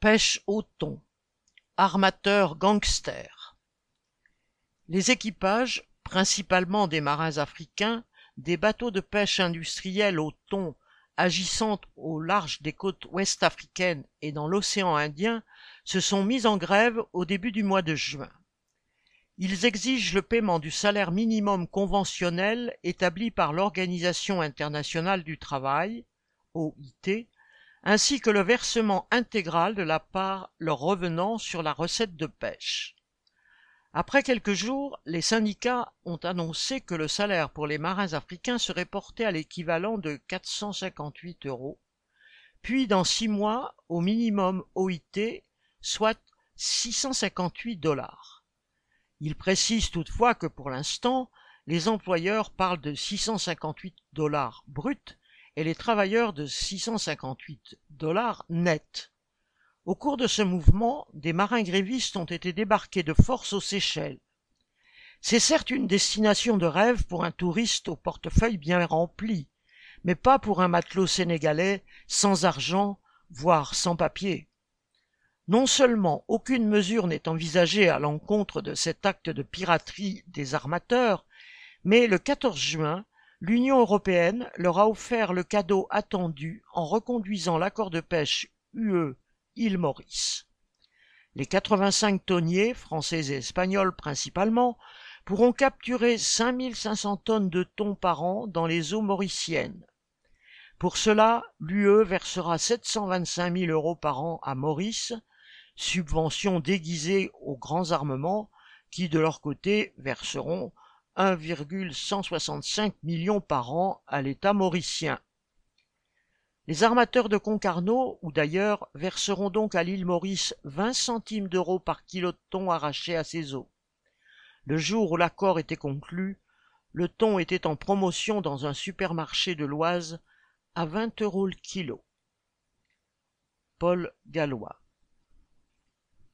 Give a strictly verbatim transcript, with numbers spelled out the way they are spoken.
Pêche au thon. Armateurs gangsters. Les équipages, principalement des marins africains, des bateaux de pêche industriels au thon agissant au large des côtes ouest-africaines et dans l'océan Indien, se sont mis en grève au début du mois de juin. Ils exigent le paiement du salaire minimum conventionnel établi par l'Organisation internationale du travail, O I T, ainsi que le versement intégral de la part leur revenant sur la recette de pêche. Après quelques jours, les syndicats ont annoncé que le salaire pour les marins africains serait porté à l'équivalent de quatre cent cinquante-huit euros, puis dans six mois au minimum O I T, soit six cent cinquante-huit dollars. Ils précisent toutefois que pour l'instant, les employeurs parlent de six cent cinquante-huit dollars bruts et les travailleurs de six cent cinquante-huit dollars nets. Au cours de ce mouvement, des marins grévistes ont été débarqués de force aux Seychelles. C'est certes une destination de rêve pour un touriste au portefeuille bien rempli, mais pas pour un matelot sénégalais sans argent, voire sans papier. Non seulement aucune mesure n'est envisagée à l'encontre de cet acte de piraterie des armateurs, mais le quatorze juin, l'Union européenne leur a offert le cadeau attendu en reconduisant l'accord de pêche U E-Île Maurice. Les quatre-vingt-cinq tonniers, français et espagnols principalement, pourront capturer cinq mille cinq cents tonnes de thon par an dans les eaux mauriciennes. Pour cela, l'U E versera sept cent vingt-cinq mille euros par an à Maurice, subvention déguisée aux grands armements qui, de leur côté, verseront un virgule cent soixante-cinq millions par an à l'État mauricien. Les armateurs de Concarneau, ou d'ailleurs, verseront donc à l'île Maurice vingt centimes d'euros par kilo de thon arraché à ses eaux. Le jour où l'accord était conclu, le thon était en promotion dans un supermarché de l'Oise à vingt euros le kilo. Paul Gallois.